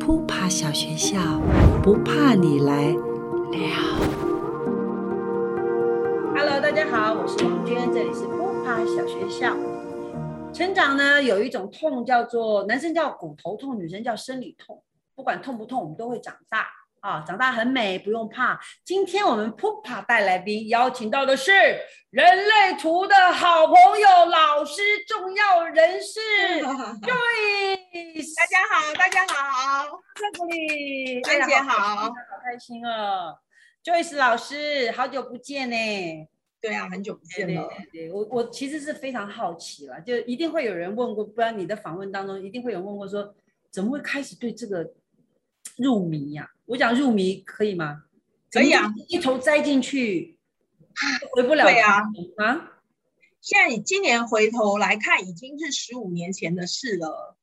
扑爬小学校，不怕你来了。Hello， 大家好，我是王娟，这里是扑爬小学校。成长呢，有一种痛叫做男生叫骨头痛，女生叫生理痛。不管痛不痛，我们都会长大啊，长大很美，不用怕。今天我们扑爬带来宾邀请到的是人类图的好朋友、老师、重要人士 Joyce。 大家好，大家好， 在这里， 娟姐好， 好开心哦 ，Joyce 老师，好久不见呢。 对啊，很久不见了。 对，我其实是非常好奇了，就一定会有人问过，不然你的访问当中一定会有人问过说，怎么会开始对这个入迷呀？我讲入迷可以吗？ 可以啊， 一头栽进去，回不了。 对啊， 现在今年回头来看，已经是15年前的事了。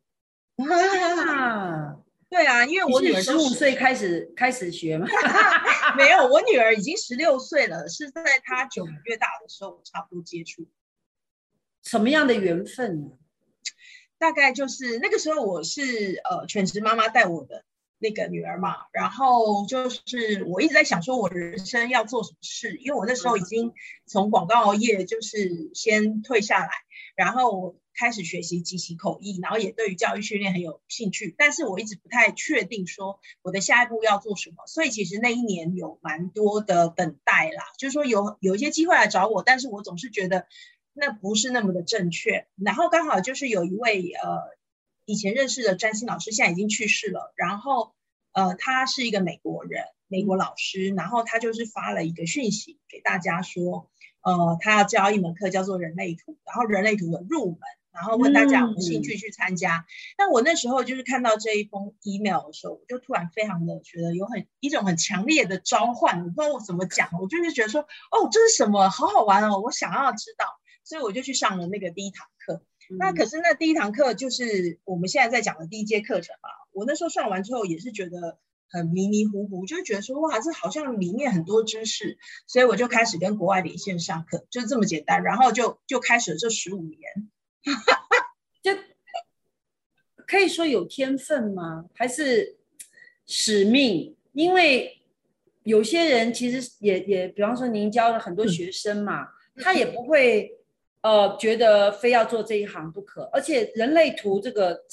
对啊，因为我女儿 15岁开始学嘛。 没有，我女儿已经16岁了，是在她9个月大的时候差不多接触。 什么样的缘分呢？ 大概就是那个时候，我是全职妈妈带我的那个女儿嘛，然后就是我一直在想说，我人生要做什么事，因为我那时候已经从广告业就是先退下来，然后我开始学习即席口译，然后也对于教育训练很有兴趣，但是我一直不太确定说我的下一步要做什么，所以其实那一年有蛮多的等待啦，就是说有一些机会来找我，但是我总是觉得那不是那么的正确。然后刚好就是有一位以前认识的占星老师，现在已经去世了，然后他是一个美国人，美国老师，然后他就是发了一个讯息给大家说他要教一门课叫做人类图，然后人类图的入门，然后问大家有没有兴趣去参加。但我那时候就是看到这一封 email 的时候，我就突然非常的觉得有一种很强烈的召唤，我不知道我怎么讲，我就是觉得说哦，这是什么，好好玩哦，我想要知道，所以我就去上了那个第一堂课。那可是那第一堂课就是我们现在在讲的第一阶课程嘛，我那时候上完之后也是觉得很迷迷糊糊，就觉得说哇，这好像里面很多知识，所以我就开始跟国外连线上课，就这么简单，然后就开始了这15年。 就可以说有天分吗？还是使命？因为有些人其实也比方说您教了很多学生嘛，他也不会觉得非要做这一行不可，而且人类图这个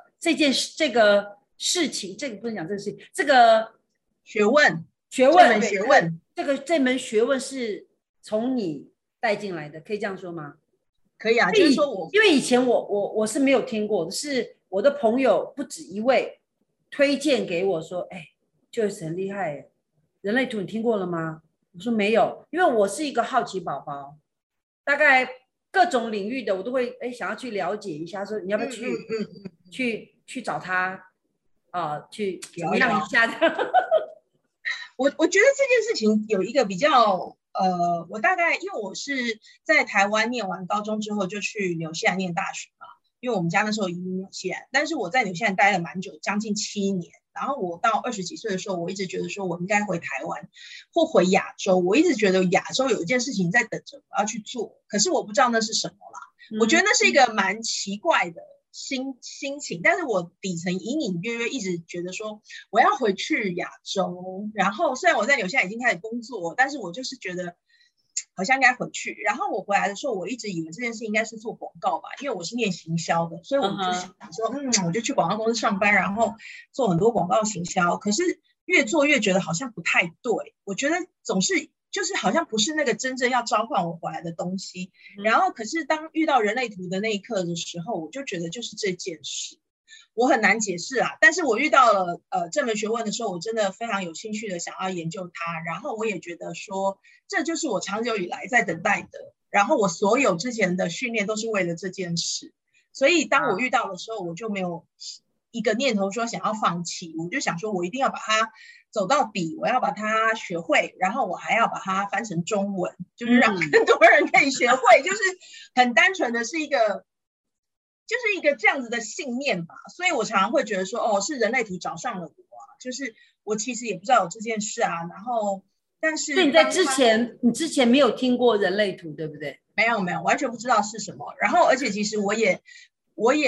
事情，这个不能讲这个事情，这个学问，这门学问是从你带进来的，可以这样说吗？ 可以啊，就是说因为以前我是没有听过的，是我的朋友不止一位推荐给我说，哎，Joyce很厉害，人类图你听过了吗？我说没有，因为我是一个好奇宝宝，大概各种领域的我都会想要去了解一下，说你要不要去找他去怎么样一下的。 我觉得这件事情有一个比较我大概因为我是在台湾念完高中之后就去纽西兰念大学嘛，因为我们家那时候移民纽西兰，但是我在纽西兰待了蛮久，将近7年，然后我到20几岁的时候，我一直觉得说我应该回台湾或回亚洲，我一直觉得亚洲有一件事情在等着我要去做，可是我不知道那是什么啦，我觉得那是一个蛮奇怪的心情，但是我底层隐隐约约一直觉得说我要回去亚洲，然后虽然我在纽西兰已经开始工作，但是我就是觉得好像应该回去。然后我回来的时候，我一直以为这件事应该是做广告吧，因为我是念行销的，所以我就想说我就去广告公司上班，然后做很多广告行销，可是越做越觉得好像不太对，我觉得总是就是好像不是那个真正要召唤我回来的东西。然后可是当遇到人类图的那一刻的时候，我就觉得就是这件事我很难解释啊，但是我遇到了这门学问的时候，我真的非常有兴趣的想要研究它，然后我也觉得说这就是我长久以来在等待的，然后我所有之前的训练都是为了这件事，所以当我遇到的时候，我就没有一个念头说想要放弃，我就想说我一定要把它走到底，我要把它学会，然后我还要把它翻成中文，就是让更多人可以学会，就是很单纯的是一个这样子的信念吧。所以我常常会觉得说是人类图找上了我啊，就是我其实也不知道有这件事啊，然后但是所以你之前没有听过人类图对不对？ 没有完全不知道是什么，然后而且其实我也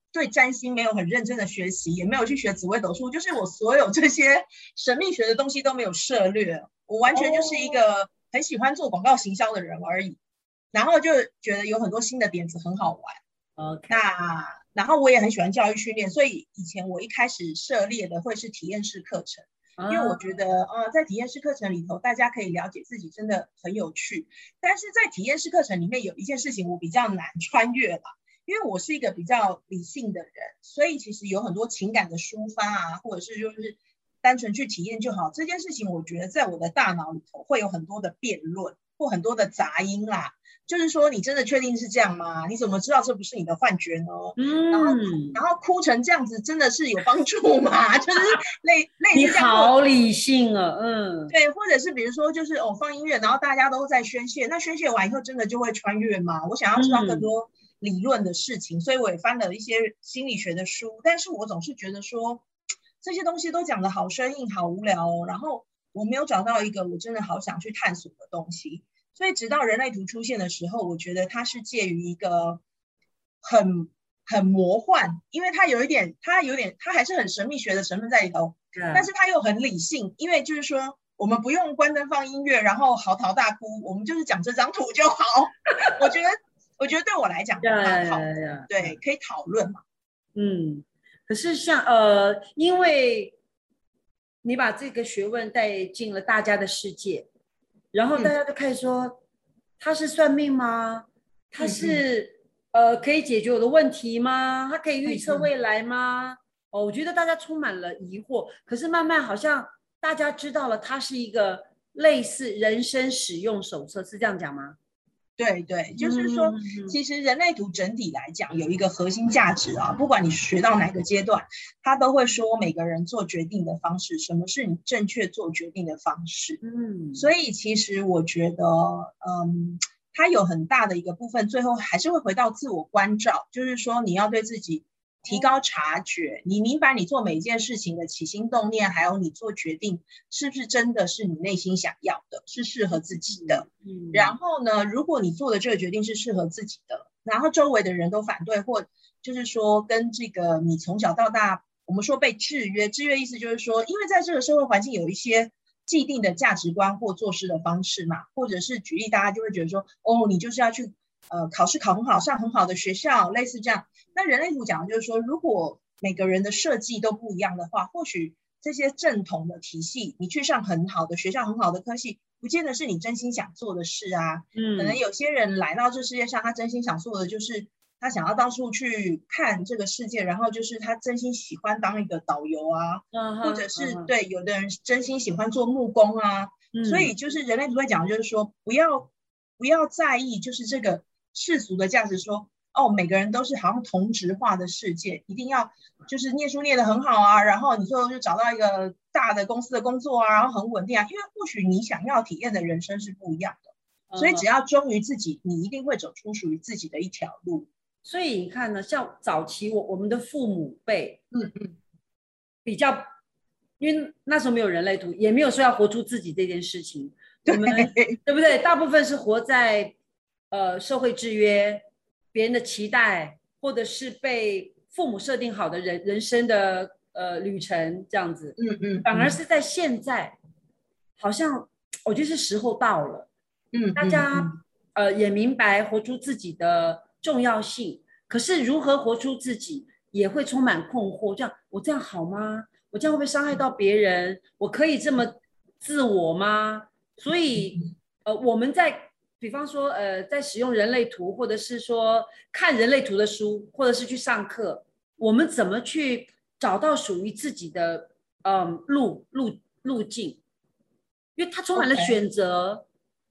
对占星没有很认真的学习，也没有去学紫微斗数，就是我所有这些神秘学的东西都没有涉略，我完全就是一个很喜欢做广告行销的人而已。然后就觉得有很多新的点子很好玩。 OK， 然后我也很喜欢教育训练，所以以前我一开始涉猎的会是体验式课程，因为我觉得在体验式课程里头，大家可以了解自己，真的很有趣。但是在体验式课程里面有一件事情我比较难穿越了，因为我是一个比较理性的人，所以其实有很多情感的抒发啊，或者是就是单纯去体验就好，这件事情我觉得在我的大脑里头会有很多的辩论或很多的杂音啦。就是说你真的确定是这样吗？你怎么知道这不是你的幻觉呢？然后哭成这样子真的是有帮助吗？就是类似你好理性啊， 对，或者是比如说就是放音乐，然后大家都在宣泄，那宣泄完以后真的就会穿越吗？我想要知道更多理论的事情，所以我也翻了一些心理学的书，但是我总是觉得说这些东西都讲得好生硬好无聊哦，然后我没有找到一个我真的好想去探索的东西。所以直到人类图出现的时候，我觉得它是介于一个很魔幻，因为它还是很神秘学的成分在里头，但是它又很理性，因为就是说我们不用关灯放音乐，然后嚎啕大哭，我们就是讲这张图就好。我觉得对我来讲蛮好的，对，可以讨论嘛。 可是像因为你把这个学问带进了大家的世界。然后大家都开始说，他是算命吗？他是可以解决我的问题吗？他可以预测未来吗？我觉得大家充满了疑惑。可是慢慢好像大家知道了，它是一个类似人生使用手册，是这样讲吗？ 对对，就是说，其实人类图整体来讲有一个核心价值啊，不管你学到哪个阶段，他都会说每个人做决定的方式，什么是你正确做决定的方式。所以其实我觉得，它有很大的一个部分，最后还是会回到自我关照，就是说你要对自己提高察觉，你明白你做每一件事情的起心动念，还有你做决定是不是真的是你内心想要的，是适合自己的。然后呢，如果你做的这个决定是适合自己的，然后周围的人都反对，或就是说跟这个你从小到大，我们说被制约，制约意思就是说，因为在这个社会环境有一些既定的价值观或做事的方式嘛，或者是举例，大家就会觉得说，你就是要去考试考很好，上很好的学校，类似这样。那人类图讲的就是说，如果每个人的设计都不一样的话，或许这些正统的体系，你去上很好的学校、很好的科系，不见得是你真心想做的事啊。可能有些人来到这世界上，他真心想做的就是他想要到处去看这个世界，然后就是他真心喜欢当一个导游啊，或者是对有的人真心喜欢做木工啊。所以就是人类图会讲，就是说不要在意，就是这个世俗的价值说。每个人都是好像同质化的世界，一定要就是念书念得很好啊，然后你最后就找到一个大的公司的工作啊，然后很稳定啊，因为或许你想要体验的人生是不一样的，所以只要忠于自己，你一定会走出属于自己的一条路。 所以你看呢，像早期我们的父母辈，比较，因为那时候没有人类图，也没有说要活出自己这件事情，我们对不对？大部分是活在社会制约。别人的期待，或者是被父母设定好的人生的旅程这样子，反而是在现在，好像我觉得是时候到了，大家也明白活出自己的重要性，可是如何活出自己，也会充满困惑。这样我这样好吗？我这样会不会伤害到别人？我可以这么自我吗？所以我们在。比方说，在使用人类图，或者是说看人类图的书，或者是去上课，我们怎么去找到属于自己的路径？因为它充满了选择。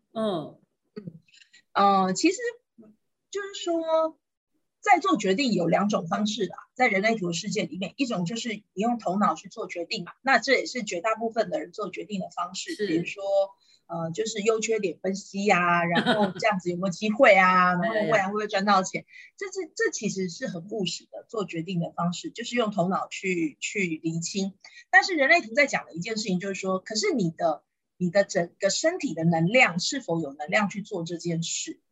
其实就是说，在做决定有两种方式啦，在人类图的世界里面，一种就是你用头脑去做决定嘛，那这也是绝大部分的人做决定的方式，比如说。就是优缺点分析啊，然后这样子有没有机会啊，然后未来会不会赚到钱，这其实是很务实的做决定的方式，就是用头脑去厘清。但是人类图在讲的一件事情就是说，可是你的整个身体的能量是否有能量去做这件事？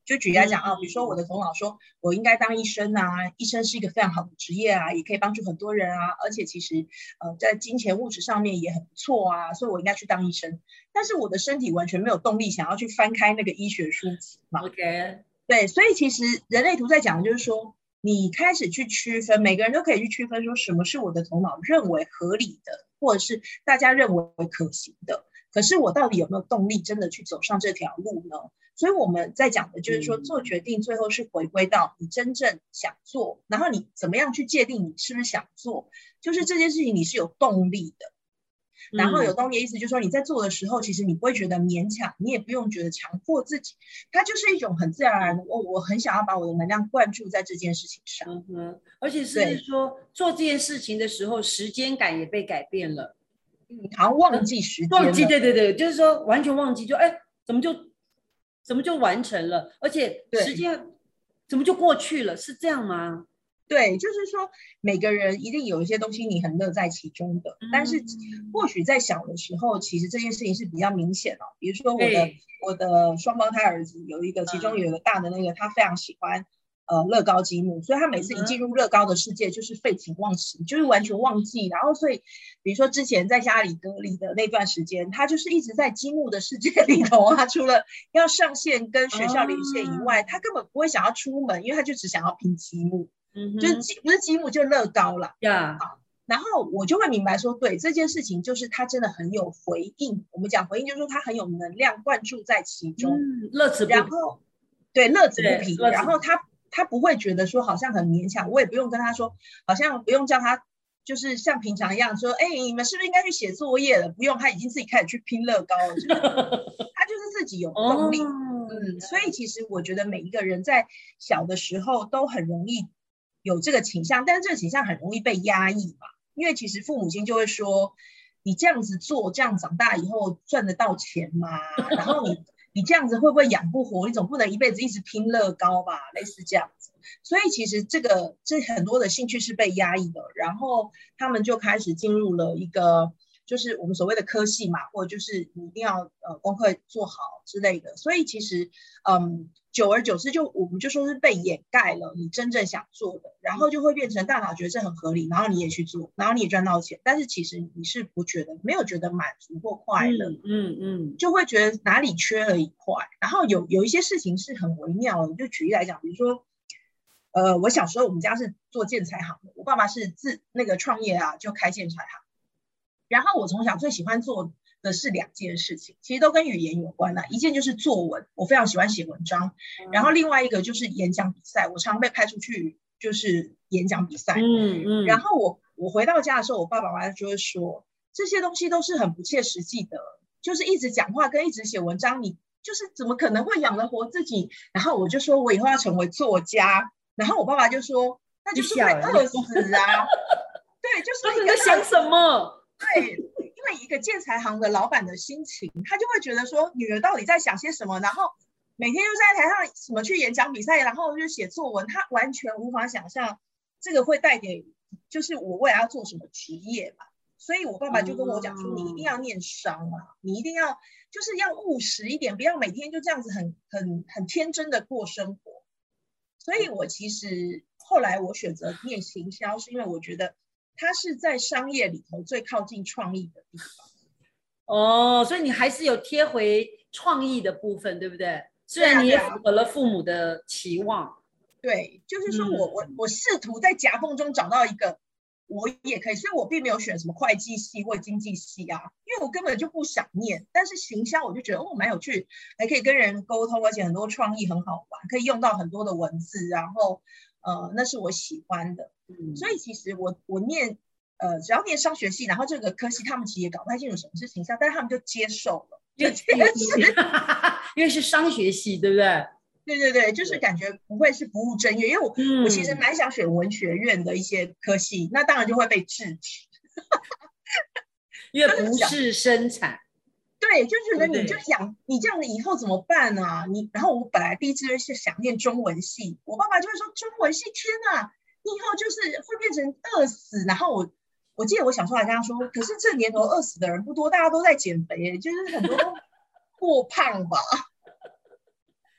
就举例来讲啊，比如说我的头脑说我应该当医生啊，医生是一个非常好的职业啊，也可以帮助很多人啊，而且其实在金钱物质上面也很不错啊，所以我应该去当医生。但是我的身体完全没有动力想要去翻开那个医学书籍嘛。 OK， 对，所以其实人类图在讲的就是说，你开始去区分，每个人都可以去区分说什么是我的头脑认为合理的，或者是大家认为可行的。可是我到底有没有动力真的去走上这条路呢？所以我们在讲的就是说，做决定最后是回归到你真正想做，然后你怎么样去界定你是不是想做，就是这件事情你是有动力的。然后有动力的意思就是说，你在做的时候，其实你不会觉得勉强，你也不用觉得强迫自己，它就是一种很自然而然的，我很想要把我的能量灌注在这件事情上。 而且是说做这件事情的时候，时间感也被改变了。 好像忘记时间了， 忘记，对对对，就是说完全忘记，就怎么就完成了，而且时间怎么就过去了，是这样吗？ 对，就是说每个人一定有一些东西你很乐在其中的，但是或许在小的时候，其实这件事情是比较明显的。比如说我的双胞胎儿子有一个，其中有一个大的那个，他非常喜欢乐高积木，所以他每次一进入乐高的世界就是废寝忘食，就是完全忘记。然后所以比如说之前在家里隔离的那段时间，他就是一直在积木的世界里头啊，除了要上线跟学校连线以外，他根本不会想要出门，因为他就只想要拼积木。就是不是积木就乐高了好，然后我就会明白说，对这件事情，就是他真的很有回应。我们讲回应，就是说他很有能量灌注在其中， 乐此不疲。 然后对乐此不疲，然后他不会觉得说好像很勉强，我也不用跟他说，好像不用叫他就是像平常一样说，哎，你们是不是应该去写作业了？不用，他已经自己开始去拼乐高了，就是他就是自己有动力。所以其实我觉得每一个人在小的时候都很容易有这个倾向，但是这个倾向很容易被压抑嘛，因为其实父母亲就会说，你这样子做，这样长大以后赚得到钱吗？然后你这样子会不会养不活？你总不能一辈子一直拼乐高吧，类似这样子。所以其实这很多的兴趣是被压抑的，然后他们就开始进入了一个就是我们所谓的科系嘛，或者就是你一定要功课做好之类的。所以其实久而久之我们就说是被掩盖了你真正想做的，然后就会变成大脑觉得这很合理，然后你也去做，然后你也赚到钱，但是其实你是没有觉得满足或快乐，就会觉得哪里缺了一块。然后有一些事情是很微妙的，就举例来讲，比如说我小时候我们家是做建材行的，我爸爸是那个创业啊，就开建材行。然后我从小最喜欢做的是2件事情，其实都跟语言有关一件就是作文，我非常喜欢写文章，然后另外一个就是演讲比赛，我常被派出去就是演讲比赛。然后我回到家的时候，我爸爸妈妈就会说，这些东西都是很不切实际的，就是一直讲话跟一直写文章，你就是怎么可能会养得活自己？然后我就说我以后要成为作家，然后我爸爸就说那就是会饿死啊。对，就是你在想什么？ 对，因为一个建材行的老板的心情，他就会觉得说女儿到底在想些什么，然后每天就在台上什么去演讲比赛，然后就写作文，他完全无法想象这个会带给就是我未来要做什么职业嘛。所以我爸爸就跟我讲说，你一定要念商啊，你一定要就是要务实一点，不要每天就这样子很天真的过生活。所以我其实后来我选择念行销，是因为我觉得它是在商业里头最靠近创意的地方。所以你还是有贴回创意的部分，对不对？虽然你也符合了父母的期望。 对，就是说我试图在夹缝中找到一个我也可以，所以我并没有选什么会计系或经济系啊，因为我根本就不想念。但是行销我就觉得蛮有趣，还可以跟人沟通，而且很多创意很好玩，可以用到很多的文字，然后那是我喜欢的。所以其实我念只要念商学系，然后这个科系他们其实也搞不太清楚什么是行销，但是他们就接受了， 因为是商学系，对不对？ 对对对，就是感觉不会是不务正业，因为我其实蛮想选文学院的一些科系，那当然就会被制止， 因为不是生产。 对，就觉得你就想你这样的以后怎么办啊？然后我本来第一志愿是想念中文系，我爸爸就会说中文系天哪，你以后就是会变成饿死。然后我记得我小时候还跟他说，可是这年头饿死的人不多，大家都在减肥，就是很多都过胖吧。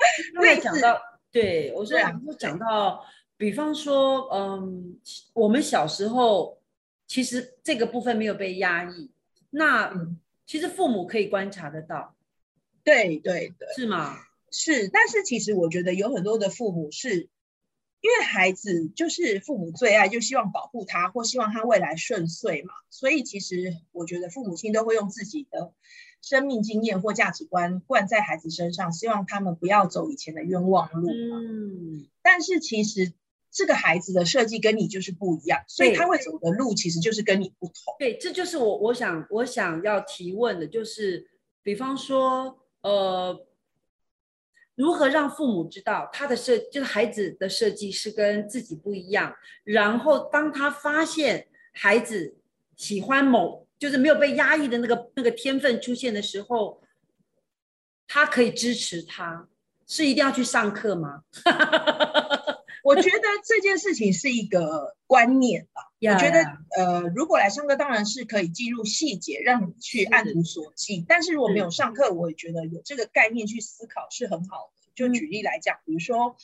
刚才讲到，对我说， 对啊， 我讲到，比方说，我们小时候其实这个部分没有被压抑，那嗯， 其实父母可以观察得到， 对对对， 是吗？ 是。但是其实我觉得有很多的父母是因为孩子就是父母最爱，就希望保护他，或希望他未来顺遂嘛。所以其实我觉得父母亲都会用自己的生命经验或价值观灌在孩子身上，希望他们不要走以前的冤枉路嘛。 嗯， 但是其实这个孩子的设计跟你就是不一样，所以他对会走的路其实就是跟你不同。 对，这就是我想要提问的，就是比方说，如何让父母知道他的就是孩子的设计是跟自己不一样，然后当他发现孩子喜欢就是没有被压抑的那个天分出现的时候，他可以支持他，是一定要去上课吗？ 我觉得这件事情是一个观念吧。我觉得， 呀， 如果来上课，当然是可以记录细节，让你去按图索骥。但是如果没有上课，我也觉得有这个概念去思考是很好的。就举例来讲，比如说，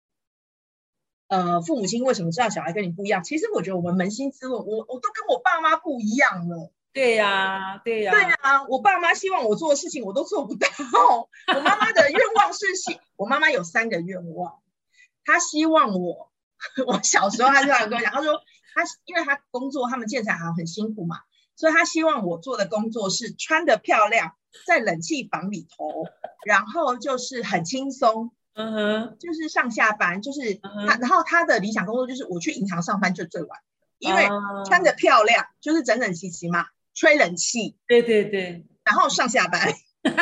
父母亲为什么知道小孩跟你不一样？其实我觉得我们扪心自问，我都跟我爸妈不一样了。 对呀，对对呀， 啊，我爸妈希望我做的事情我都做不到。我妈妈的愿望是我妈妈有3个愿望，她希望我小时候她就这样跟我讲，她说因为她工作，他们建材行很辛苦嘛，所以她希望我做的工作是穿得漂亮，在冷气房里头，然后就是很轻松， 嗯哼， 就是上下班，就是嗯然后她的理想工作就是我去银行上班就最晚，因为穿得哼， 漂亮就是整整齐齐嘛，吹冷气， 对对对， 然后上下班。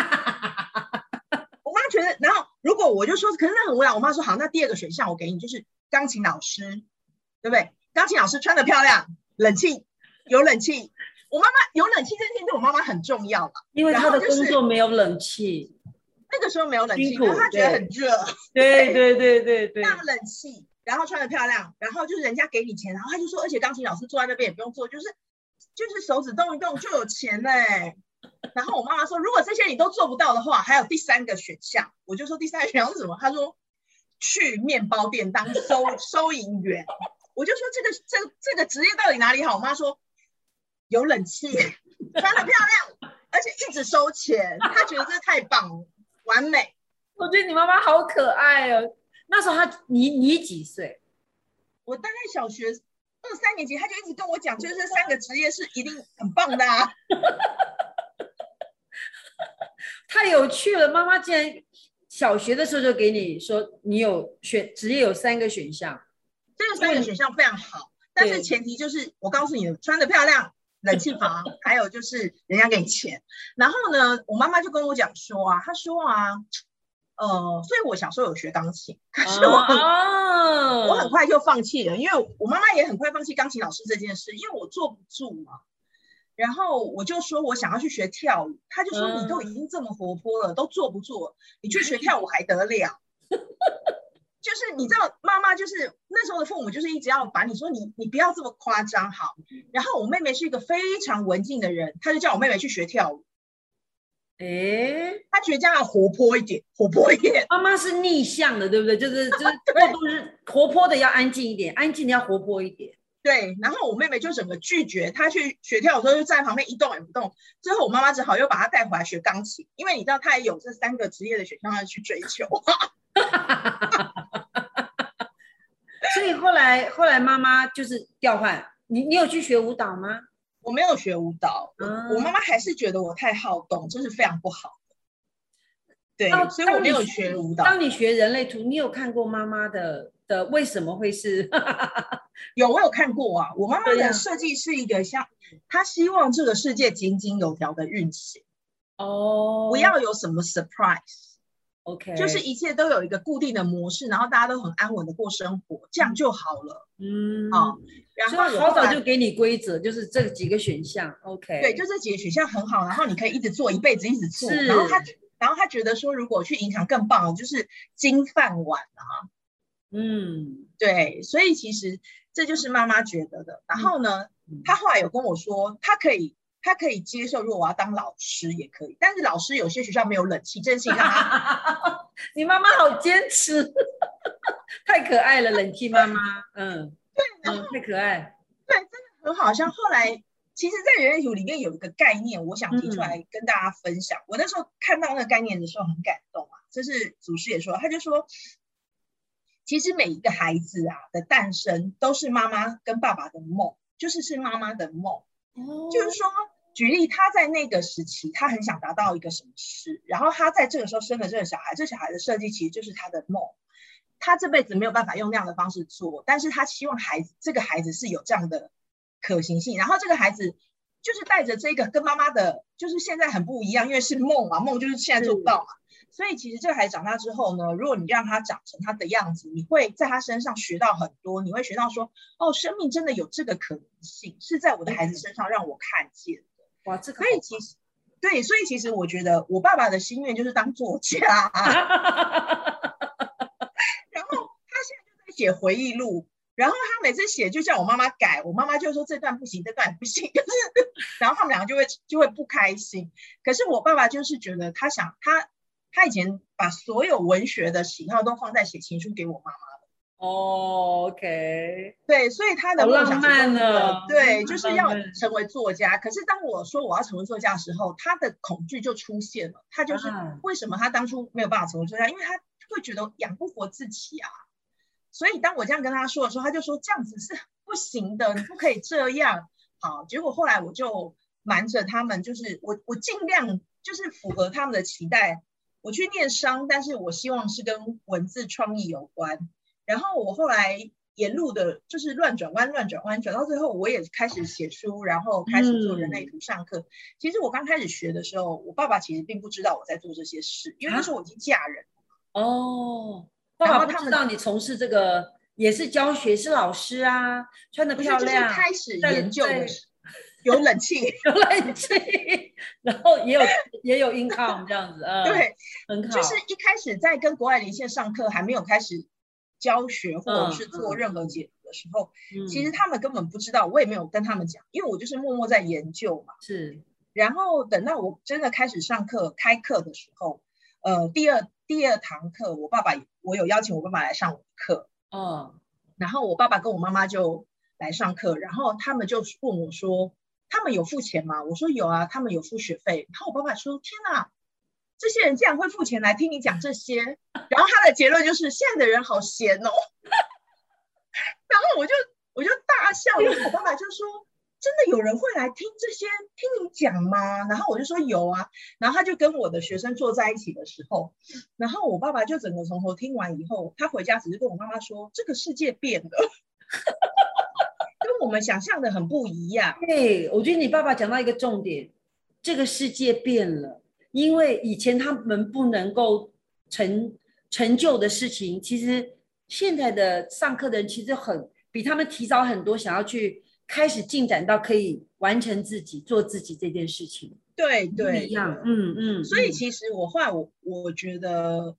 我妈觉得，然后如果我就说，可是那很无聊，我妈说好，那第2个选项我给你，就是钢琴老师，对不对？钢琴老师穿得漂亮，冷气有冷气，我妈妈有冷气这件事情对我妈妈很重要嘛。 因为他的工然后就是作没有冷气， 那个时候没有冷气， 辛苦， 然后她觉得很热， 对对对对对， 要冷气，然后穿得漂亮，然后就是人家给你钱，然后她就说，而且钢琴老师坐在那边也不用做，就是手指动一动就有钱嘞。然后我妈妈说，如果这些你都做不到的话，还有第3个选项。我就说第3个选项是什么？她说去面包店当收银员。我就说这个职业到底哪里好？我妈说有冷气，穿得漂亮，而且一直收钱。她觉得这太棒了，完美。 我觉得你妈妈好可爱哦。那时候你几岁？ 我大概小学2、3年级，她就一直跟我讲，就是这3个职业是一定很棒的啊。 太有趣了，妈妈竟然小学的时候就给你说，你职业有3个选项， 这个3个选项非常好，但是前提就是我告诉你，穿得漂亮，冷气房，还有就是人家给你钱。然后呢，我妈妈就跟我讲说啊，她说啊，所以我小时候有学钢琴，可是我很快就放弃了，因为我妈妈也很快放弃钢琴老师这件事，因为我坐不住嘛。然后我就说我想要去学跳舞，她就说你都已经这么活泼了，都坐不住，你去学跳舞还得了？就是你知道，妈妈就是那时候的父母，就是一直要把你说你不要这么夸张好。然后我妹妹是一个非常文静的人，她就叫我妹妹去学跳舞。她觉得这样要活泼一点，活泼一点。 妈妈是逆向的，对不对？就是过度是活泼的要安静一点，安静的要活泼一点。 对，然后我妹妹就整个拒绝，她去学跳舞的时候就站在旁边一动也不动。最后我妈妈只好又把她带回来学钢琴，因为你知道她也有这3个职业的选项要去追求。 所以后来妈妈就是调换，你有去学舞蹈吗？ 我没有学舞蹈，我妈妈还是觉得我太好动，这是非常不好的。对，所以我没有学舞蹈。 当你学人类图，你有看过妈妈的为什么会是？ 有，我有看过啊。我妈妈的设计是一个她希望这个世界井井有条的运行，不要有什么 surprise。OK， 就是一切都有一个固定的模式，然后大家都很安稳的过生活，这样就好了。然后好早就给你规则，就是这几个选项。OK， 对，就这几个选项很好，然后你可以一直做，一辈子一直做。然后他觉得说，如果去银行更棒，就是金饭碗啊。对，所以其实这就是妈妈觉得的。然后呢，她后来有跟我说，她可以他可以接受，如果我要当老师也可以，但是老师有些学校没有冷气，这件事情让他你妈妈好坚持，太可爱了，冷气妈妈，太可爱， 对，真的很好。像后来，其实，在人类图里面有一个概念，我想提出来跟大家分享。我那时候看到那个概念的时候很感动啊，这是祖师也说，他就说，其实每一个孩子啊的诞生都是妈妈跟爸爸的梦，是妈妈的梦。就是说，举例他在那个时期，他很想达到一个什么事，然后他在这个时候生了这个小孩，这小孩的设计其实就是他的梦。他这辈子没有办法用那样的方式做，但是他希望这个孩子是有这样的可行性，然后这个孩子就是带着这个跟妈妈的，就是现在很不一样，因为是梦嘛，梦就是现在做不到嘛。所以其实这个孩子长大之后呢，如果你让他长成他的样子，你会在他身上学到很多，你会学到说，哦，生命真的有这个可能性，是在我的孩子身上让我看见的。 哇，这个所以其实对，所以其实我觉得我爸爸的心愿就是当作家。然后他现在就在写回忆录，然后他每次写就叫我妈妈改，我妈妈就说这段不行，这段不行，就是然后他们两个就会不开心。可是我爸爸就是觉得他以前把所有文学的喜好都放在写情书给我妈妈了。 OK， 对，所以他的梦想对，就是要成为作家。可是当我说我要成为作家的时候，他的恐惧就出现了。他就是为什么他当初没有办法成为作家，因为他会觉得养不活自己啊。所以当我这样跟他说的时候，他就说这样子是不行的，你不可以这样。好，结果后来我就瞒着他们，就是我尽量就是符合他们的期待，我去念商，但是我希望是跟文字创意有关。然后我后来沿路的就是乱转弯，转到最后我也开始写书，然后开始做人类图上课。其实我刚开始学的时候，我爸爸其实并不知道我在做这些事，因为那时候我已经嫁人了。 爸爸不知道你从事这个也是教学，是老师啊，穿得漂亮。 就是开始研究的时候有冷气， 有冷气，然后也有 income 这样子， 对， 很好。 就是一开始在跟国外连线上课，还没有开始教学或者是做任何解读的时候，其实他们根本不知道，我也没有跟他们讲，因为我就是默默在研究嘛。 是。 然后等到我真的开始上课开课的时候，第二堂课，我有邀请我爸爸来上我的课，然后我爸爸跟我妈妈就来上课，然后他们就问我说，他们有付钱吗？我说有啊，他们有付学费。然后我爸爸说，天哪，这些人竟然会付钱来听你讲这些。然后他的结论就是现在的人好闲哦。然后我就大笑，然后我爸爸就说，真的有人会来听这些听你讲吗？然后我就说有啊。然后他就跟我的学生坐在一起的时候，然后我爸爸就整个从头听完以后，他回家只是跟我妈妈说，这个世界变了。跟我们想象的很不一样。 对，我觉得你爸爸讲到一个重点，这个世界变了，因为以前他们不能够成就的事情，其实现在的上课的人其实比他们提早很多，想要去开始进展到可以完成自己做自己这件事情。 对不一样， 所以其实我后来我觉得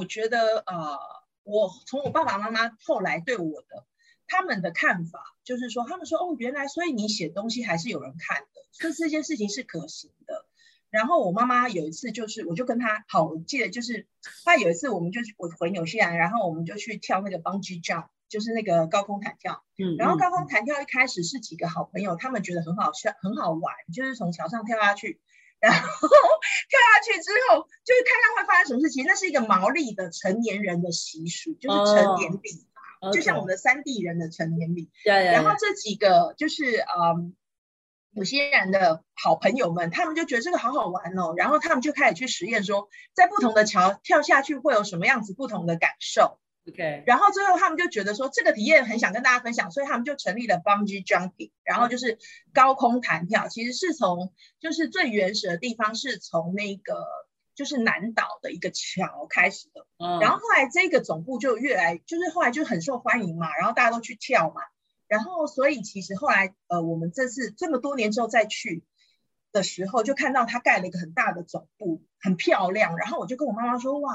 我从我爸爸妈妈后来对我的他们的看法，就是说他们说哦，原来所以你写东西还是有人看的，所以这件事情是可行的。然后我妈妈有一次就是我就跟她好，我记得就是她有一次我回纽西兰，然后我们就去跳那个 bungee jump， 就是那个高空弹跳。然后高空弹跳一开始是几个好朋友，他们觉得很好笑很好玩，就是从桥上跳下去，然后跳下去之后就是看看会发生什么事情。那是一个毛利的成年人的习俗，就是成年礼嘛，就像我们的3D人的成年礼。然后这几个就是有些人的好朋友们，他们就觉得这个好好玩哦，然后他们就开始去实验说，在不同的桥跳下去会有什么样子不同的感受。然后最后他们就觉得说这个体验很想跟大家分享，所以他们就成立了 bungee jumping， 然后就是高空弹跳。其实是从就是最原始的地方是从那个就是南岛的一个桥开始的。然后后来这个总部就就是后来就很受欢迎嘛，然后大家都去跳嘛。然后所以其实后来我们这次这么多年之后再去的时候，就看到他盖了一个很大的总部，很漂亮。然后我就跟我妈妈说，哇，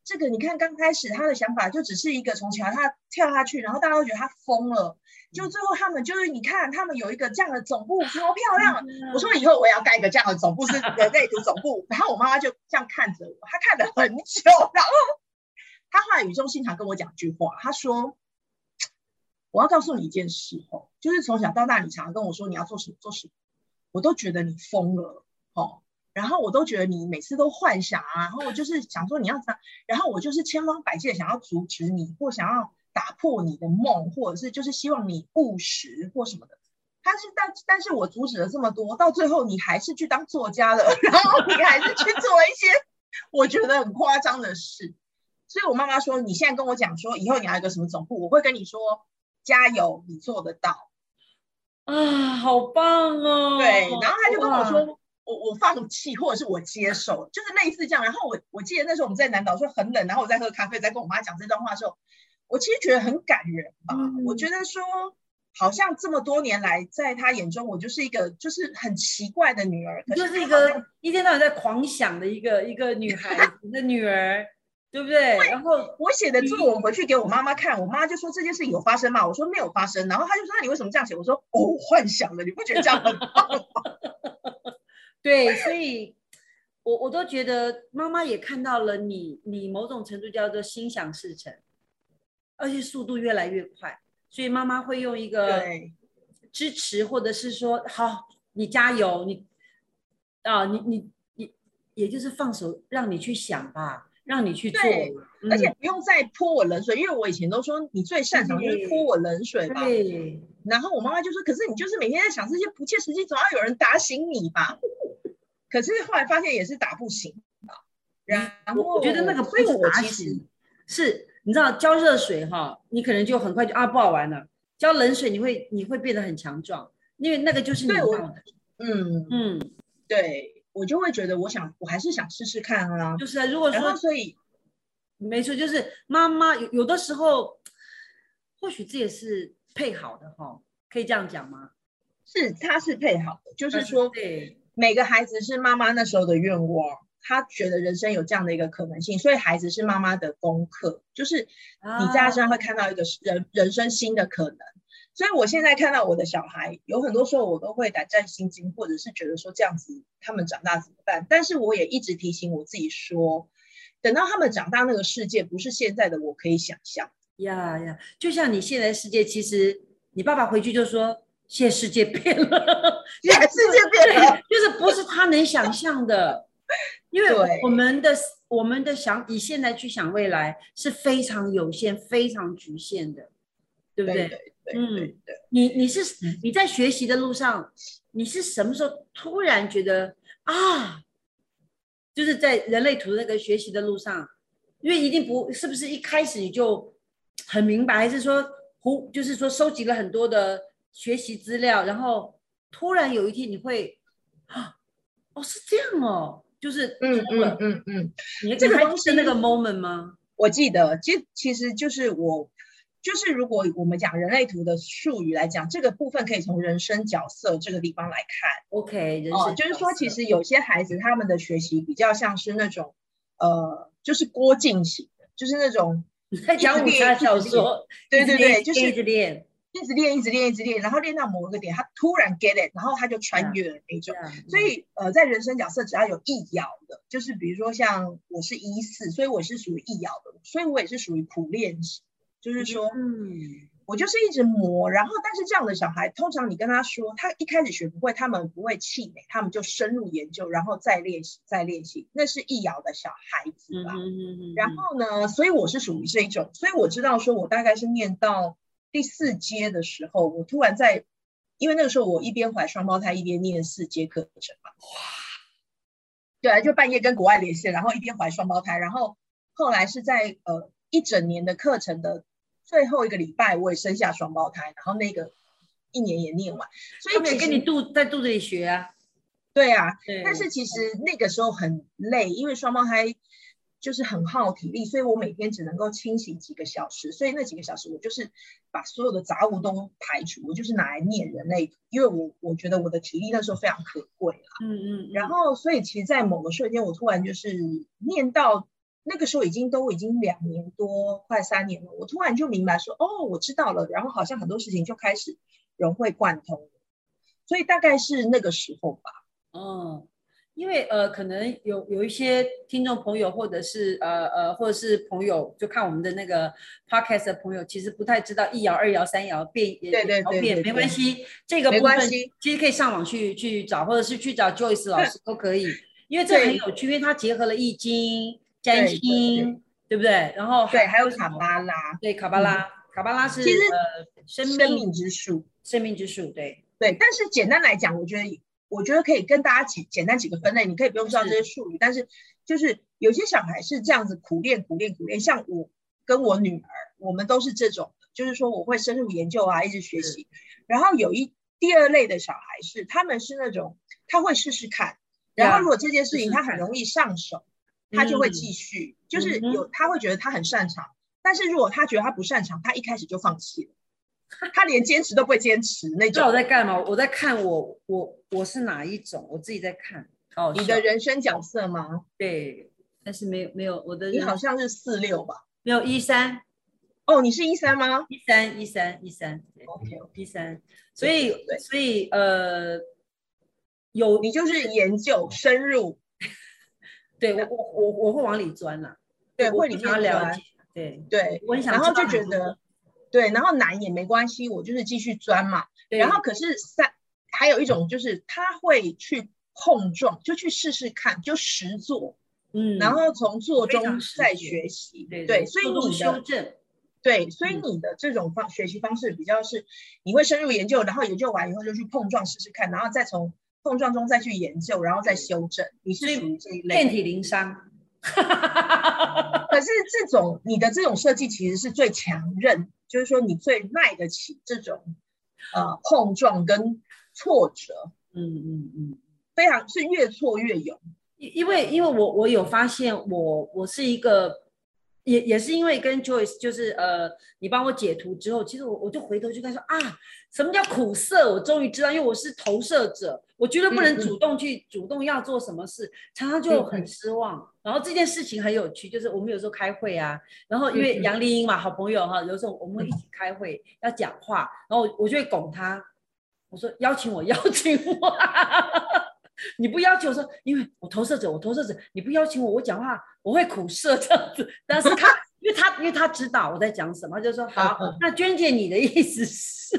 这个你看刚开始他的想法就只是一个从桥他跳下去，然后大家都觉得他疯了，就最后他们就是你看他们有一个这样的总部超漂亮，我说以后我也要盖一个这样的总部，是人类图总部。然后我妈妈就这样看着我，她看了很久，然后她后来语重心长跟我讲一句话，她说我要告诉你一件事哦，就是从小到大你常常跟我说你要做什么做什么，我都觉得你疯了哦，然后我都觉得你每次都幻想啊，然后我就是想说你要怎，然后我就是千方百计的想要阻止你，或想要打破你的梦，或者是就是希望你务实或什么的。但是我阻止了这么多，到最后你还是去当作家了，然后你还是去做一些我觉得很夸张的事。所以我妈妈说，你现在跟我讲说以后你要一个什么总部，我会跟你说加油，你做得到啊，好棒哦！ 对，然后他就跟我说，我放弃，或者是我接受，就是类似这样。然后我记得那时候我们在南岛说很冷，然后我在喝咖啡，在跟我妈讲这段话的时候，我其实觉得很感人吧。我觉得说，好像这么多年来，在他眼中，我就是一个就是很奇怪的女儿， 就是一个一天到晚在狂想的一个女孩子的女儿。对不对？然后我写的作文回去给我妈妈看，我妈就说这件事有发生吗？我说没有发生，然后她就说那你为什么这样写？我说哦，幻想了，你不觉得这样很棒吗？ 对，所以我都觉得妈妈也看到了你某种程度叫做心想事成，而且速度越来越快，所以妈妈会用一个支持，或者是说好，你加油，你也就是放手让你去想吧。让你去做， 而且不用再泼我冷水，因为我以前都说你最擅长就是泼我冷水吧。 对。 然后我妈妈就说：“可是你就是每天在想这些不切实际，总要有人打醒你吧？”可是后来发现也是打不醒吧。然后我觉得那个不是打醒，是你知道浇热水哈，你可能就很快就不好玩了。浇冷水你会变得很强壮，因为那个就是你要的。 对。我就会觉得，我还是想试试看啊。 就是啊，如果说， 所以没错，就是妈妈有的时候，或许这也是配好的哈，可以这样讲吗？ 他是配好的，就是说，对，每个孩子是妈妈那时候的愿望，他觉得人生有这样的一个可能性，所以孩子是妈妈的功课，就是你在他身上会看到一个人生新的可能。所以我现在看到我的小孩，有很多时候我都会胆战心惊，或者是觉得说这样子他们长大怎么办？但是我也一直提醒我自己说，等到他们长大，那个世界不是现在的我可以想象。 呀，就像你现在的世界，其实你爸爸回去就说，现在世界变了， 现在世界变了， 就是不是他能想象的。因为我们的以现在去想未来是非常有限、非常局限的，对不对？ 对。 你在学习的路上，你是什么时候突然觉得就是在人类图那个学习的路上，因为一定不是不是一开始你就很明白，还是说就是说收集了很多的学习资料，然后突然有一天你会是这样哦，就是你这个东西那个 moment 吗？ 我记得，其实就是就是如果我们讲人类图的术语来讲，这个部分可以从人生角色这个地方来看。 OK， 人生就是说，其实有些孩子他们的学习比较像是那种就是郭靖型的，就是那种你在讲武侠小说， 对，就是一直练， 然后练到某一个点，他突然 get it， 然后他就穿越了那种。所以在人生角色只要有易爻的，就是比如说像我是14，所以我是属于易爻的，所以我也是属于苦练型。就是说，我就是一直磨，然后但是这样的小孩，通常你跟他说，他一开始学不会，他们不会气馁，他们就深入研究，然后再练习，那是易爻的小孩子吧。然后呢，所以我是属于这一种，所以我知道说，我大概是念到第4阶的时候，我突然因为那个时候我一边怀双胞胎，一边念4阶课程嘛。哇，对啊，就半夜跟国外连线，然后一边怀双胞胎，然后后来是在一整年的课程的最后一个礼拜，我也生下双胞胎，然后那个1年也念完，所以他们跟你在肚子里学啊。 对啊，但是其实那个时候很累，因为双胞胎就是很耗体力，所以我每天只能够清洗几个小时，所以那几个小时我就是把所有的杂物都排除，我就是拿来念人类图，因为我觉得我的体力那时候非常可贵啦。然后所以其实在某个瞬间，我突然就是念到那个时候已经2年多，快3年了，我突然就明白说，哦，我知道了，然后好像很多事情就开始融会贯通了，所以大概是那个时候吧。 哦，因为可能有一些听众朋友，或者是或者是朋友，就看我们的那个 podcast 的朋友，其实不太知道一爻、2爻、3爻变对对对对， 没关系，这个没部分关系， 其实可以上网去找，或者是去找 Joyce 老师都可以，因为这很有趣，因为它结合了易经、占对对星，对不对？然后对，还有还有什么？ 卡巴拉， 对，卡巴拉，卡巴拉是其实生生命命之树， 生命之树，对对，但是简单来讲，我觉得可以跟大家简单几个分类，你可以不用知道这些术语，但是就是有些小孩是这样子苦练，像我跟我女儿，我们都是这种，就是说我会深入研究啊，一直学习。然后第二类的小孩他们是那种他会试试看，然后如果这件事情他很容易上手，他就会继续，就是他会觉得他很擅长，但是如果他觉得他不擅长，他一开始就放弃了。他连坚持都不会坚持那种。 知道我在干嘛？我在看我是哪一种，我自己在看。哦， 你的人生角色吗？ 对，但是没有我的人。 你好像是46吧？ 没有13。 哦，你是13吗 ？13。 OK 13。所以有你就是研究深入。 对我会往里钻啦。 对， 会里面了解。对，我很想然后就觉得对，然后难也没关系，我就是继续钻嘛。然后可是还有一种就是他会去碰撞，就去试试看，就实做，然后从做中再学习。对，所以你的修正。 对，所以你的这种学习方式比较是你会深入研究，然后研究完以后就去碰撞试试看，然后再从碰撞中再去研究，然后再修正。你是属于这一类， 遍体鳞伤。 可是你的这种设计其实是最强韧，就是说你最耐得起这种碰撞跟挫折。非常是越挫越勇。 因为我有发现我是一个也是因为跟 Joyce 就是你帮我解图之后，其实我就回头去看说啊，什么叫苦涩，我终于知道，因为我是投射者，我绝对不能主动要做什么事，常常就很失望。然后这件事情很有趣，就是我们有时候开会啊，然后因为杨丽英嘛，好朋友哈，有时候我们会一起开会要讲话，然后我就会拱他，我说邀请我你不要求说，因为我投射者，你不邀请我讲话我会苦涩这样子。但是因为他知道我在讲什么，他就说好，那娟姐你的意思是，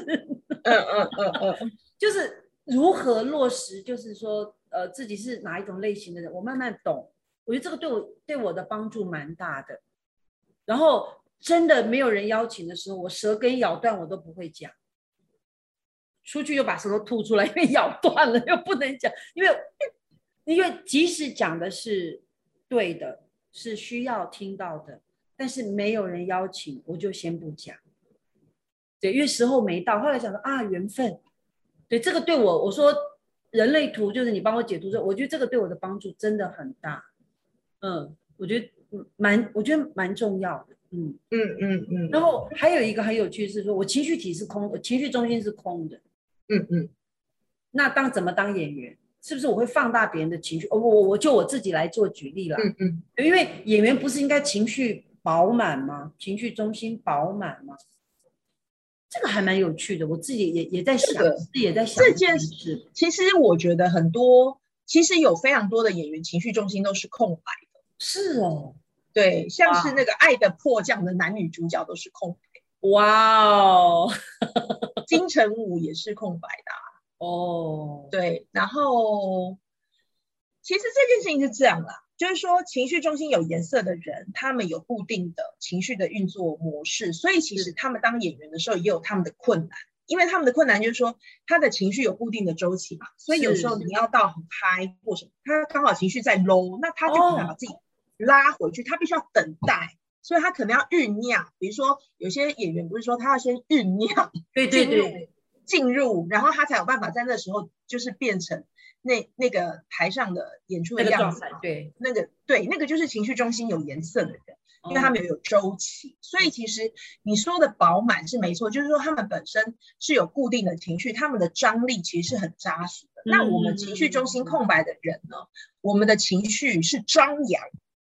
就是如何落实，就是说自己是哪一种类型的人，我慢慢懂。我觉得这个对我的帮助蛮大的。然后真的没有人邀请的时候，我舌根咬断我都不会讲。出去又把舌头吐出来，因为咬断了又不能讲，因为即使讲的是对的，是需要听到的，但是没有人邀请，我就先不讲。对，因为时候没到。后来想说啊，缘分。对，这个对我说人类图就是你帮我解读之后，我觉得这个对我的帮助真的很大。我觉得蛮重要的。然后还有一个很有趣是说，我情绪体是空的，情绪中心是空的。那怎么当演员？是不是我会放大别人的情绪？我就我自己来做举例啦。因为演员不是应该情绪饱满吗？情绪中心饱满吗？这个还蛮有趣的，我自己也在想， 这件事。其实我觉得其实有非常多的演员情绪中心都是空白的。 是哦。 对，像是那个《爱的迫降》的男女主角都是空白。 哇哦。 金城武也是空白的。对，然后其实这件事情是这样啦，就是说情绪中心有颜色的人，他们有固定的情绪的运作模式，所以其实他们当演员的时候也有他们的困难，因为他们的困难就是说他的情绪有固定的周期嘛，所以有时候你要到很嗨或什么，他刚好情绪在 low， 那他就可能把自己拉回去，他必须要等待，所以他可能要酝酿。比如说有些演员不是说他要先酝酿，进入，然后他才有办法在那时候就是变成那个台上的演出的样子。那个就是情绪中心有颜色的人，因为他们有周期。所以其实你说的饱满是没错，就是说他们本身是有固定的情绪，他们的张力其实是很扎实的。那我们情绪中心空白的人呢，我们的情绪是张扬，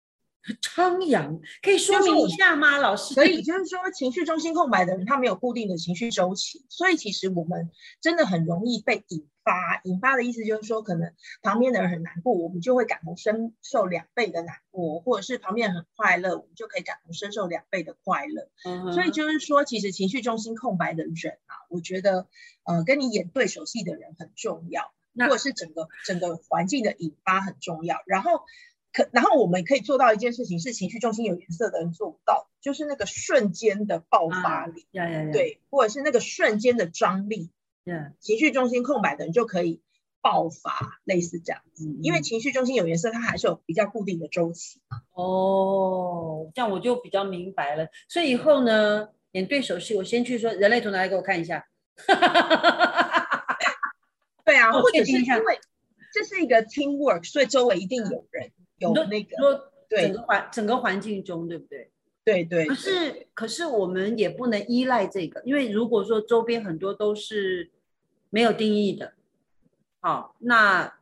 张扬可以说明一下吗，老师？ 所以就是说，情绪中心空白的人，他没有固定的情绪周期，所以其实我们真的很容易被引发。引发的意思就是说，可能旁边的人很难过，我们就会感同身受2倍的难过，或者是旁边人很快乐，我们就可以感同身受2倍的快乐。所以就是说，其实情绪中心空白的人啊，我觉得跟你演对手戏的人很重要，或者是整个环境的引发很重要。然后我们可以做到一件事情，是情绪中心有颜色的人做不到，就是那个瞬间的爆发力，对，或者是那个瞬间的张力，情绪中心空白的人就可以爆发，类似这样子。因为情绪中心有颜色，它还是有比较固定的周期。 哦，这样我就比较明白了。所以以后呢，演对手戏，我先去说人类图拿来给我看一下。 对啊，或者是因为这是一个 teamwork， 所以周围一定有人。有那个对整个环境中，对不对？ 对对。 可是我们也不能依赖这个，因为如果说周边很多都是没有定义的，好，那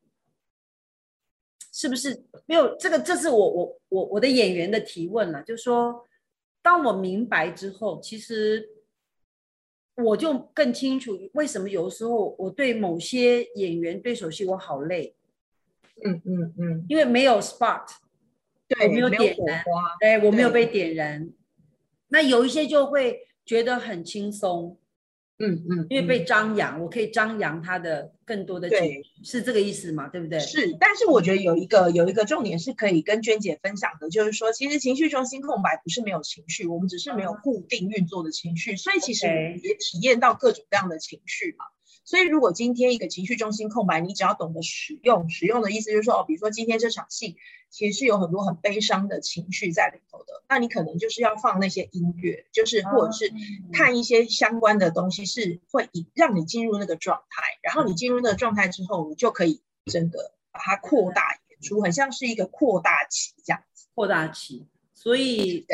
是不是没有这个？这是我的演员的提问了，就是说，当我明白之后，其实我就更清楚为什么有时候我对某些演员对手戏我好累。因为没有 spot， 对， 我没有点燃，对，我没有被点燃。那有一些就会觉得很轻松，因为被张扬，我可以张扬他的更多的情绪，是这个意思嘛？对不对？ 是，但是我觉得有一个重点是可以跟娟姐分享的，就是说，其实情绪中心空白不是没有情绪，我们只是没有固定运作的情绪，所以其实也体验到各种各样的情绪嘛。所以如果今天一个情绪中心空白，你只要懂得使用的意思就是说，比如说今天这场戏其实是有很多很悲伤的情绪在里头的，那你可能就是要放那些音乐，就是或者是看一些相关的东西，是会让你进入那个状态，然后你进入那个状态之后，你就可以真的把它扩大演出，很像是一个扩大器这样子。 扩大器，所以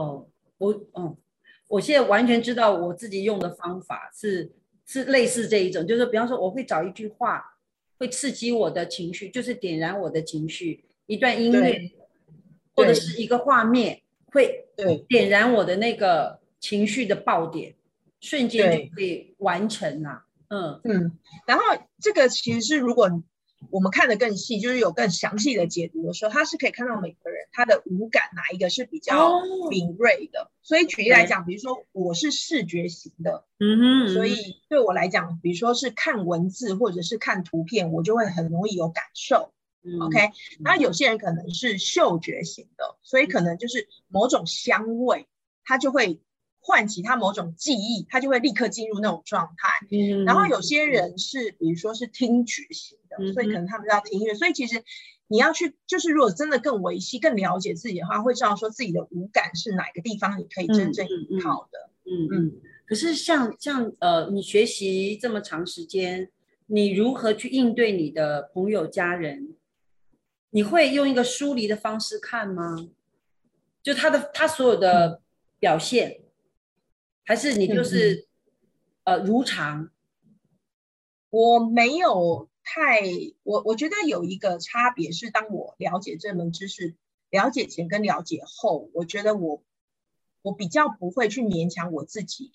我现在完全知道我自己用的方法是类似这一种，就是比方说我会找一句话会刺激我的情绪，就是点燃我的情绪，一段音乐或者是一个画面会点燃我的那个情绪的爆点，瞬间就可以完成了。 然后这个其实是如果我们看得更细，就是有更详细的解读的时候，他是可以看到每个人他的五感哪一个是比较敏锐的。所以举例来讲，比如说我是视觉型的，所以对我来讲，比如说是看文字或者是看图片，我就会很容易有感受。OK， 那有些人可能是嗅觉型的，所以可能就是某种香味，它就会唤起他某种记忆，他就会立刻进入那种状态。然后有些人是比如说是听觉型的，所以可能他们要听音乐。所以其实你要去，就是如果真的更维系、更了解自己的话，会知道说自己的五感是哪个地方你可以真正依靠的。 可是像你学习这么长时间，你如何去应对你的朋友、家人？你会用一个疏离的方式看吗？就他所有的表现，还是你就是如常？ 我没有我觉得有一个差别是，当我了解这门知识，了解前跟了解后，我觉得我比较不会去勉强我自己，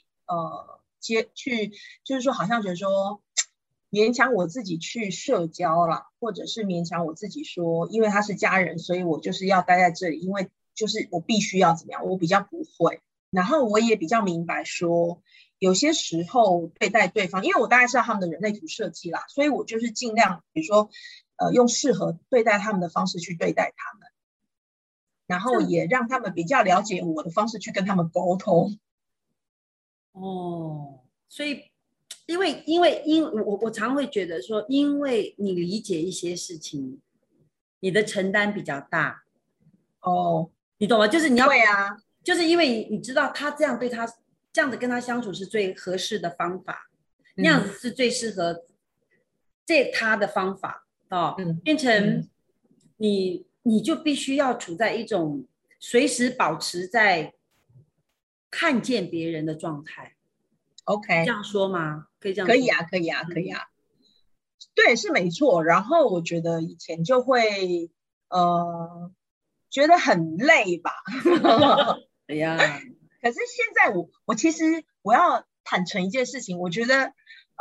就是说好像觉得说勉强我自己去社交啦，或者是勉强我自己说，因为他是家人，所以我就是要待在这里，因为就是我必须要怎么样，我比较不会。然后我也比较明白说，有些时候对待对方，因为我大概知道他们的人类图设计啦，所以我就是尽量，比如说，用适合对待他们的方式去对待他们，然后也让他们比较了解我的方式去跟他们沟通。 所以因为我常会觉得说，因为你理解一些事情，你的承担比较大。你懂吗？就是你要对啊， 就是因为你知道他这样对他这样子跟他相处是最合适的方法，那样子是最适合他的方法变成你就必须要处在一种随时保持在看见别人的状态。 OK， 这样说吗？可以这样说？ 可以啊。对，是没错。然后我觉得以前就会觉得很累吧。 哎呀， 可是现在我其实我要坦诚一件事情，我觉得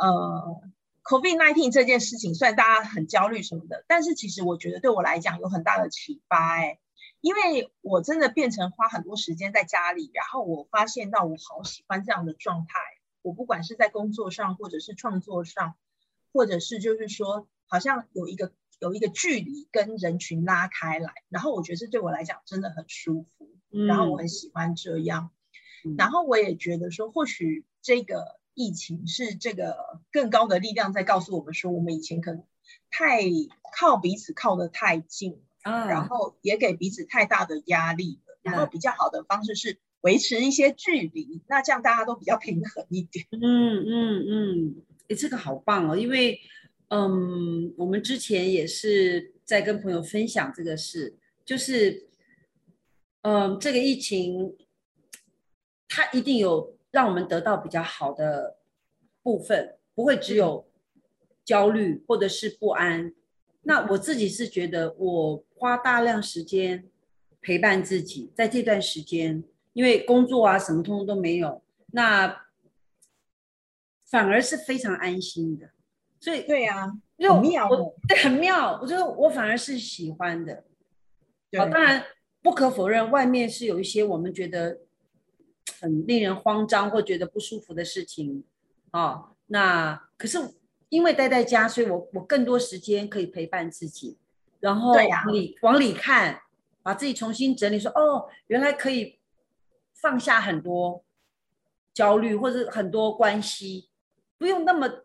COVID-19 这件事情，虽然大家很焦虑什么的，但是其实我觉得对我来讲有很大的启发因为我真的变成花很多时间在家里，然后我发现到我好喜欢这样的状态。我不管是在工作上，或者是创作上，或者是就是说，好像有一个距离跟人群拉开来，然后我觉得这对我来讲真的很舒服，然后我很喜欢这样。然后我也觉得说，或许这个疫情是这个更高的力量在告诉我们说，我们以前可能太靠彼此靠得太近了，然后也给彼此太大的压力了，然后比较好的方式是维持一些距离，那这样大家都比较平衡一点。 这个好棒哦，因为我们之前也是在跟朋友分享这个事，就是这个疫情它一定有让我们得到比较好的部分，不会只有焦虑或者是不安。那我自己是觉得，我花大量时间陪伴自己，在这段时间，因为工作啊什么通通都没有，那反而是非常安心的。所以对呀， 因为很妙哦。 对，很妙，我觉得我反而是喜欢的。 对， 当然不可否认，外面是有一些我们觉得很令人慌张或觉得不舒服的事情那可是因为待在家，所以我更多时间可以陪伴自己，然后对呀， 往里看，把自己重新整理，说原来可以放下很多焦虑或者很多关系，不用那么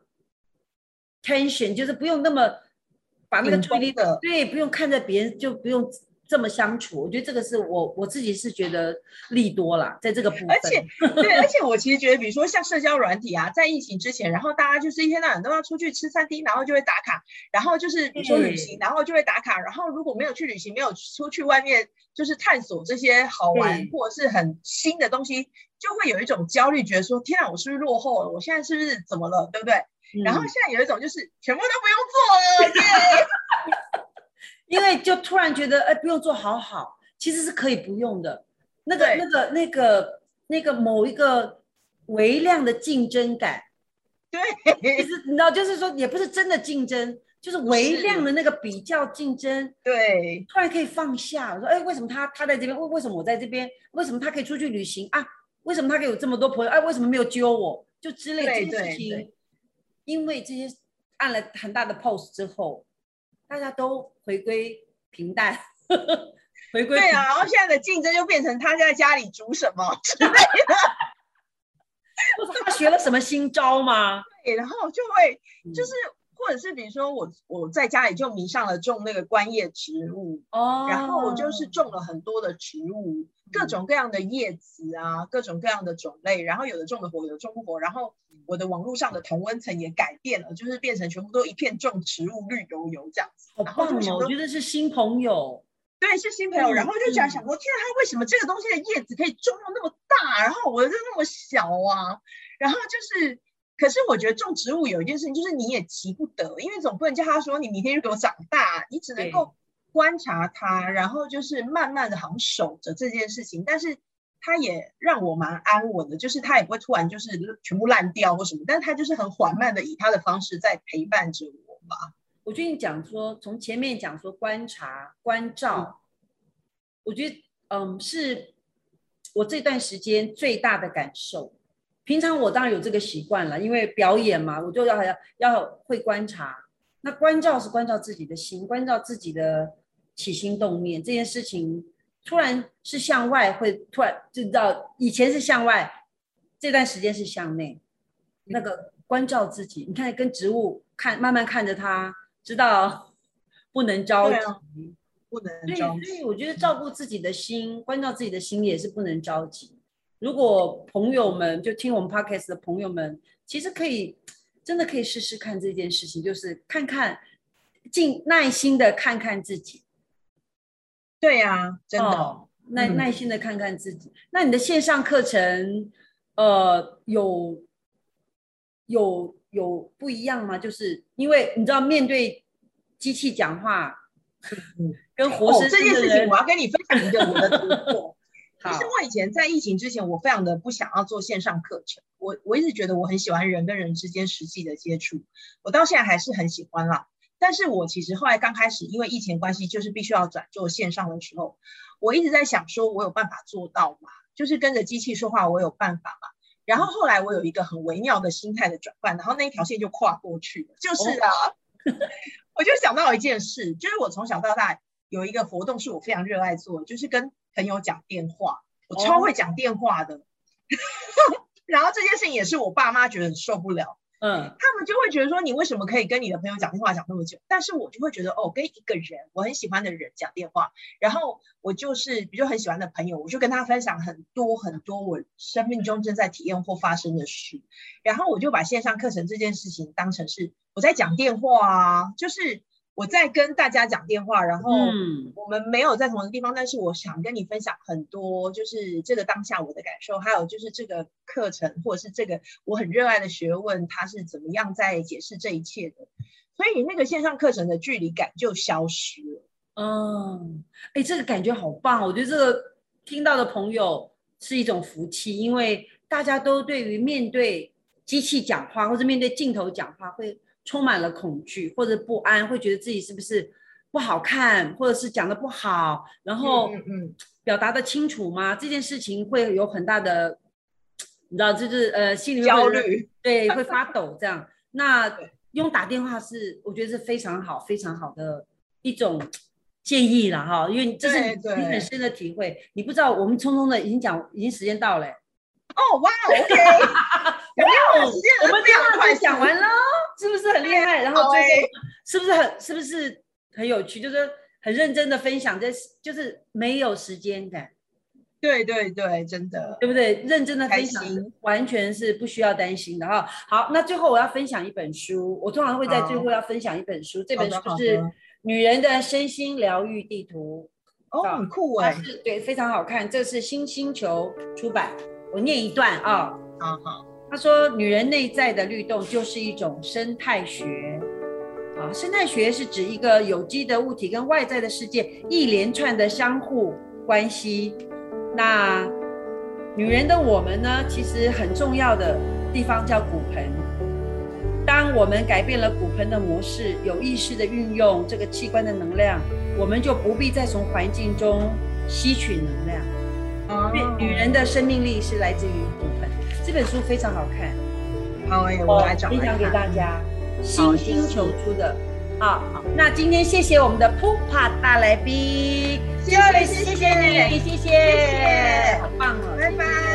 tension，就是不用那么把那个注意力，对，不用看着别人，就不用这么相处。我觉得这个是我自己是觉得利多啦，在这个部分。 而且我其实觉得，比如说像社交软体啊，在疫情之前，然后大家就是一天到晚都要出去吃餐厅，然后就会打卡，然后就是比如说旅行，然后就会打卡，然后如果没有去旅行，没有出去外面就是探索这些好玩或者是很新的东西，就会有一种焦虑，觉得说天啊，我是不是落后了？我现在是不是怎么了？对不对？然后现在有一种就是全部都不用做了耶。 因为就突然觉得不用做好好，其实是可以不用的。那个某一个微量的竞争感， 对， 其实你知道，就是说也不是真的竞争，就是微量的那个比较竞争。 对， 突然可以放下，我说为什么他在这边？为什么我在这边？为什么他可以出去旅行啊？为什么他可以有这么多朋友？为什么没有揪我？就之类这些事情，因为这些按了很大的 pose 之后，大家都回归平淡，回归对啊，然后现在的竞争就变成他在家里煮什么之类的， 他学了什么新招吗？ 对，然后就会就是，或者是比如说我在家里就迷上了种那个观叶植物然后我就是种了很多的植物，各种各样的叶子啊，各种各样的种类，然后有的种的活，有的种不活，然后我的网络上的同温层也改变了，就是变成全部都一片种植物绿油油这样子。 好棒哦！我觉得是新朋友。 对，是新朋友，然后就想说，天啊，他为什么这个东西的叶子可以种到那么大，然后我的那么小啊？然后就是，可是我觉得种植物有一件事情，就是你也急不得，因为总不能叫他说你明天就给我长大，你只能够观察它，然后就是慢慢的好像守着这件事情，但是它也让我蛮安稳的，就是它也不会突然就是全部烂掉或什么，但是它就是很缓慢的以它的方式在陪伴着我吧。 我觉得你讲说，从前面讲说观察、关照，我觉得是我这段时间最大的感受。平常我当然有这个习惯了，因为表演嘛，我就要会观察。那关照是关照自己的心，关照自己的起心动念。这件事情突然是向外，会突然就知道以前是向外，这段时间是向内。那个关照自己，你看跟植物慢慢看着它。知道不能着急， 不能着急。 所以我觉得照顾自己的心，关照自己的心也是不能着急。如果朋友们就听我们 podcast 的朋友们，其实真的可以试试看这件事情，就是看看，耐心的看看自己。 对呀，真的， 耐心的看看自己。那你的线上课程，有不一样吗？就是因为你知道，面对机器讲话跟活生这件事情， 生的人。 我要跟你分享一个我的突破。其好， 实我以前在疫情之前，我非常的不想要做线上课程。我一直觉得我很喜欢人跟人之间实际的接触，我到现在还是很喜欢啦。但是我其实后来刚开始，因为疫情关系，就是必须要转做线上的时候，我一直在想说，我有办法做到吗？就是跟着机器说话，我有办法吗？然后后来我有一个很微妙的心态的转换，然后那一条线就跨过去了。就是啊，我就想到一件事，就是我从小到大有一个活动是我非常热爱做的，就是跟朋友讲电话。我超会讲电话的，然后这件事情也是我爸妈觉得很受不了。他们就会觉得说，你为什么可以跟你的朋友讲电话讲那么久？但是我就会觉得，哦，跟一个人我很喜欢的人讲电话，然后我就是比如很喜欢的朋友，我就跟他分享很多很多我生命中正在体验或发生的事，然后我就把线上课程这件事情当成是我在讲电话啊，就是我在跟大家讲电话，然后我们没有在同一个地方，但是我想跟你分享很多，就是这个当下我的感受，还有就是这个课程或者是这个我很热爱的学问，它是怎么样在解释这一切的，所以那个线上课程的距离感就消失了。 这个感觉好棒，我觉得这个听到的朋友是一种福气，因为大家都对于面对机器讲话或者面对镜头讲话会充满了恐惧或者不安，会觉得自己是不是不好看，或者是讲的不好，然后表达的清楚吗？这件事情会有很大的，你知道，就是心里面焦虑， 对，会发抖这样。那用打电话是我觉得是非常好非常好的一种建议啦哈，因为这是你很深的体会。你不知道我们匆匆的已经时间到了。 哦，哇 ，OK， 我们电话快讲完了，是不是很厉害？然后最后是不是很有趣？就是很认真的分享，就是没有时间感。 对对对，真的， 对不对？认真的分享完全是不需要担心的哈。好，那最后我要分享一本书，我通常会在最后要分享一本书，这本书是《女人的身心疗愈地图》。 哦，很酷哎， 对，非常好看。这是新星球出版，我念一段啊。 好。 他说，女人内在的律动就是一种生态学。生态学是指一个有机的物体跟外在的世界一连串的相互关系。那女人的我们呢，其实很重要的地方叫骨盆。当我们改变了骨盆的模式，有意识的运用这个器官的能量，我们就不必再从环境中吸取能量。女人的生命力是来自于骨盆。这本书非常好看， 好我来找分享给大家。新星球出的。好，那今天谢谢我们的普帕大来宾， 谢谢你， 谢谢，好棒哦， 拜拜。